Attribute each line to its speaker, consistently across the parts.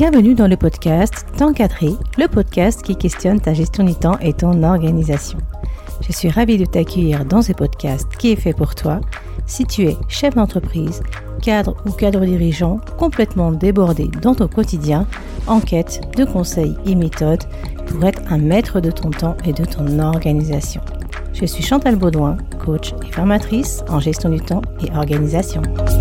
Speaker 1: Bienvenue dans le podcast Temps cadré, le podcast qui questionne ta gestion du temps et ton organisation. Je suis ravie de t'accueillir dans ce podcast qui est fait pour toi si tu es chef d'entreprise, cadre ou cadre dirigeant complètement débordé dans ton quotidien en quête de conseils et méthodes pour être un maître de ton temps et de ton organisation. Je suis Chantal Baudouin, coach et formatrice en gestion du temps et organisation.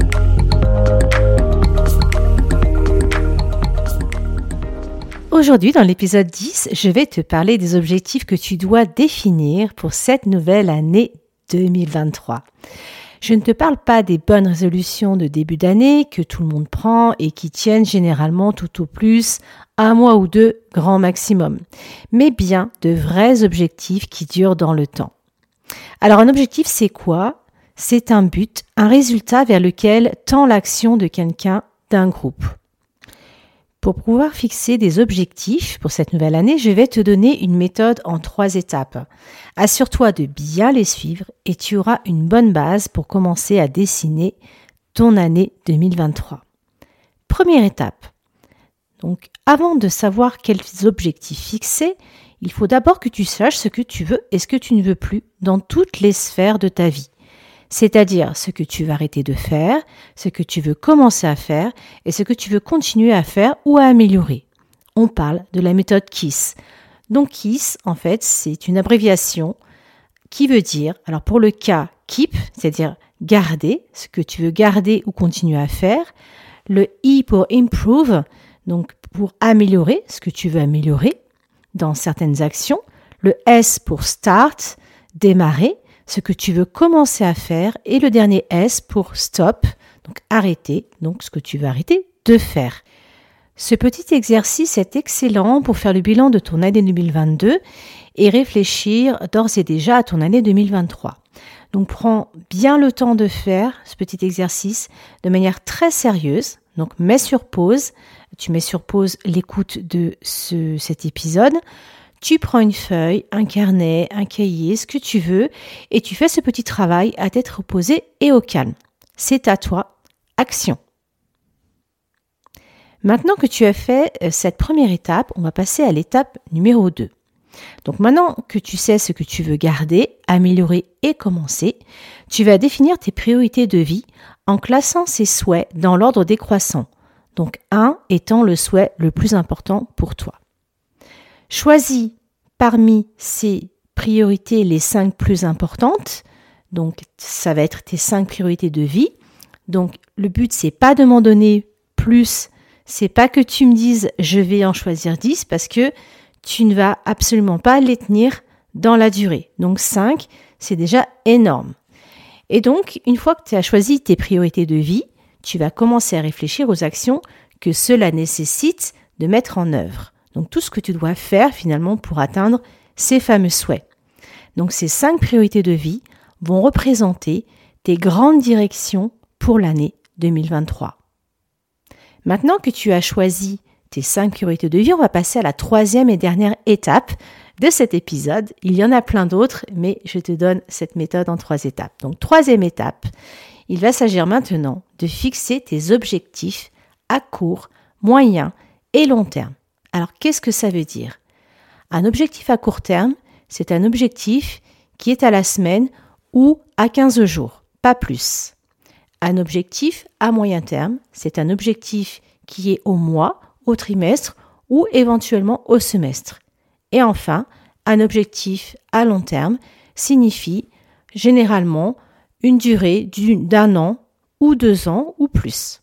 Speaker 1: Aujourd'hui, dans l'épisode 10, je vais te parler des objectifs que tu dois définir pour cette nouvelle année 2023. Je ne te parle pas des bonnes résolutions de début d'année que tout le monde prend et qui tiennent généralement tout au plus un mois ou deux grand maximum, mais bien de vrais objectifs qui durent dans le temps. Alors un objectif, c'est quoi ? C'est un but, un résultat vers lequel tend l'action de quelqu'un, d'un groupe. Pour pouvoir fixer des objectifs pour cette nouvelle année, je vais te donner une méthode en 3 étapes. Assure-toi de bien les suivre et tu auras une bonne base pour commencer à dessiner ton année 2023. Première étape. Donc, avant de savoir quels objectifs fixer, il faut d'abord que tu saches ce que tu veux et ce que tu ne veux plus dans toutes les sphères de ta vie. C'est-à-dire ce que tu vas arrêter de faire, ce que tu veux commencer à faire et ce que tu veux continuer à faire ou à améliorer. On parle de la méthode KISS. Donc KISS, en fait, c'est une abréviation qui veut dire, alors pour le K, keep, c'est-à-dire garder, ce que tu veux garder ou continuer à faire. Le I pour improve, donc pour améliorer, ce que tu veux améliorer dans certaines actions. Le S pour start, démarrer, ce que tu veux commencer à faire, et le dernier S pour stop, donc arrêter, donc ce que tu veux arrêter de faire. Ce petit exercice est excellent pour faire le bilan de ton année 2022 et réfléchir d'ores et déjà à ton année 2023. Donc prends bien le temps de faire ce petit exercice de manière très sérieuse, donc mets sur pause, tu mets sur pause l'écoute de cet épisode. Tu prends une feuille, un carnet, un cahier, ce que tu veux, et tu fais ce petit travail à tête reposée et au calme. C'est à toi. Action. Maintenant que tu as fait cette première étape, on va passer à l'étape numéro 2. Donc maintenant que tu sais ce que tu veux garder, améliorer et commencer, tu vas définir tes priorités de vie en classant ces souhaits dans l'ordre décroissant. Donc 1 étant le souhait le plus important pour toi. Choisis parmi ces priorités les 5 plus importantes. Donc, ça va être tes 5 priorités de vie. Donc, le but, c'est pas de m'en donner plus. C'est pas que tu me dises je vais en choisir 10 parce que tu ne vas absolument pas les tenir dans la durée. Donc, 5, c'est déjà énorme. Et donc, une fois que tu as choisi tes priorités de vie, tu vas commencer à réfléchir aux actions que cela nécessite de mettre en œuvre. Donc, tout ce que tu dois faire finalement pour atteindre ces fameux souhaits. Donc, ces 5 priorités de vie vont représenter tes grandes directions pour l'année 2023. Maintenant que tu as choisi tes 5 priorités de vie, on va passer à la 3e et dernière étape de cet épisode. Il y en a plein d'autres, mais je te donne cette méthode en 3 étapes. Donc, 3e étape, il va s'agir maintenant de fixer tes objectifs à court, moyen et long terme. Alors, qu'est-ce que ça veut dire ? Un objectif à court terme, c'est un objectif qui est à la semaine ou à 15 jours, pas plus. Un objectif à moyen terme, c'est un objectif qui est au mois, au trimestre ou éventuellement au semestre. Et enfin, un objectif à long terme signifie généralement une durée d'un an ou 2 ans ou plus.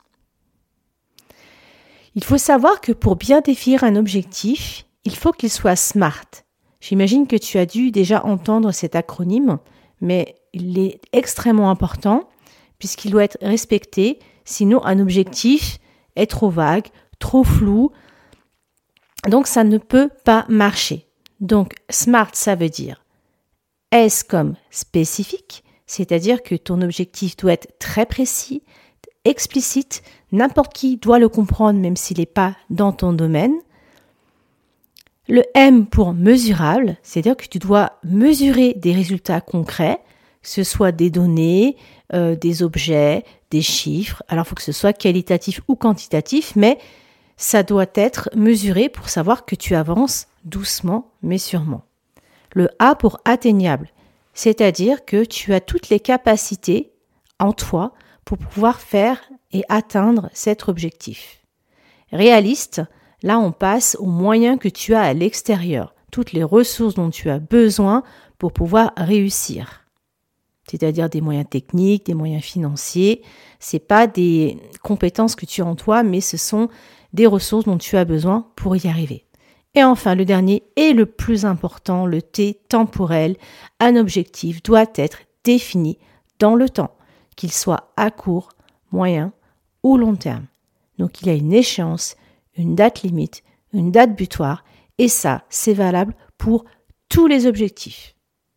Speaker 1: Il faut savoir que pour bien définir un objectif, il faut qu'il soit SMART. J'imagine que tu as dû déjà entendre cet acronyme, mais il est extrêmement important puisqu'il doit être respecté, sinon un objectif est trop vague, trop flou, donc ça ne peut pas marcher. Donc SMART, ça veut dire S comme spécifique, c'est-à-dire que ton objectif doit être très précis, explicite, n'importe qui doit le comprendre même s'il n'est pas dans ton domaine. Le M pour mesurable, c'est-à-dire que tu dois mesurer des résultats concrets, que ce soit des données, des objets, des chiffres. Alors il faut que ce soit qualitatif ou quantitatif, mais ça doit être mesuré pour savoir que tu avances doucement mais sûrement. Le A pour atteignable, c'est-à-dire que tu as toutes les capacités en toi pour pouvoir faire et atteindre cet objectif. Réaliste, là on passe aux moyens que tu as à l'extérieur, toutes les ressources dont tu as besoin pour pouvoir réussir. C'est-à-dire des moyens techniques, des moyens financiers. C'est pas des compétences que tu as en toi, mais ce sont des ressources dont tu as besoin pour y arriver. Et enfin, le dernier et le plus important, le T temporel. Un objectif doit être défini dans le temps, qu'il soit à court, moyen ou long terme. Donc, il y a une échéance, une date limite, une date butoir, et ça, c'est valable pour tous les objectifs.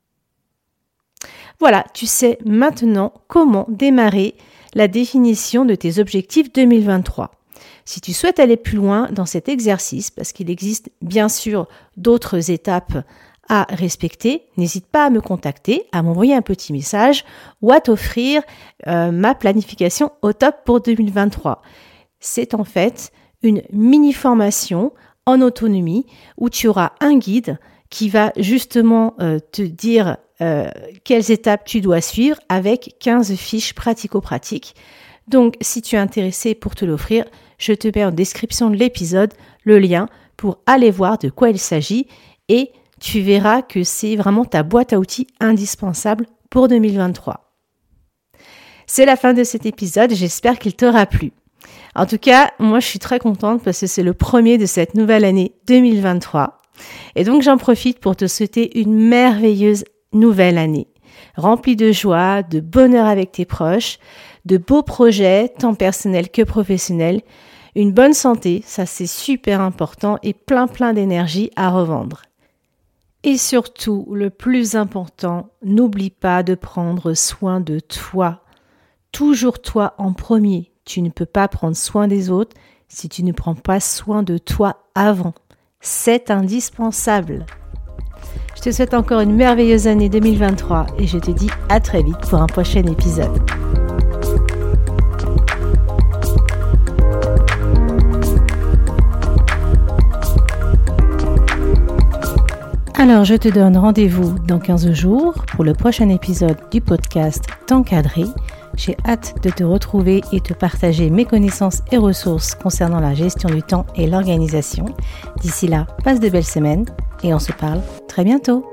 Speaker 1: Voilà, tu sais maintenant comment démarrer la définition de tes objectifs 2023. Si tu souhaites aller plus loin dans cet exercice, parce qu'il existe bien sûr d'autres étapes à respecter, n'hésite pas à me contacter, à m'envoyer un petit message ou à t'offrir ma planification au top pour 2023. C'est en fait une mini-formation en autonomie où tu auras un guide qui va justement te dire quelles étapes tu dois suivre avec 15 fiches pratico-pratiques. Donc, si tu es intéressé pour te l'offrir, je te mets en description de l'épisode le lien pour aller voir de quoi il s'agit et tu verras que c'est vraiment ta boîte à outils indispensable pour 2023. C'est la fin de cet épisode, j'espère qu'il t'aura plu. En tout cas, moi je suis très contente parce que c'est le premier de cette nouvelle année 2023. Et donc j'en profite pour te souhaiter une merveilleuse nouvelle année, remplie de joie, de bonheur avec tes proches, de beaux projets, tant personnels que professionnels, une bonne santé, ça c'est super important, et plein d'énergie à revendre. Et surtout, le plus important, n'oublie pas de prendre soin de toi. Toujours toi en premier. Tu ne peux pas prendre soin des autres si tu ne prends pas soin de toi avant. C'est indispensable. Je te souhaite encore une merveilleuse année 2023 et je te dis à très vite pour un prochain épisode. Alors, je te donne rendez-vous dans 15 jours pour le prochain épisode du podcast T'encadrer. J'ai hâte de te retrouver et te partager mes connaissances et ressources concernant la gestion du temps et l'organisation. D'ici là, passe de belles semaines et on se parle très bientôt.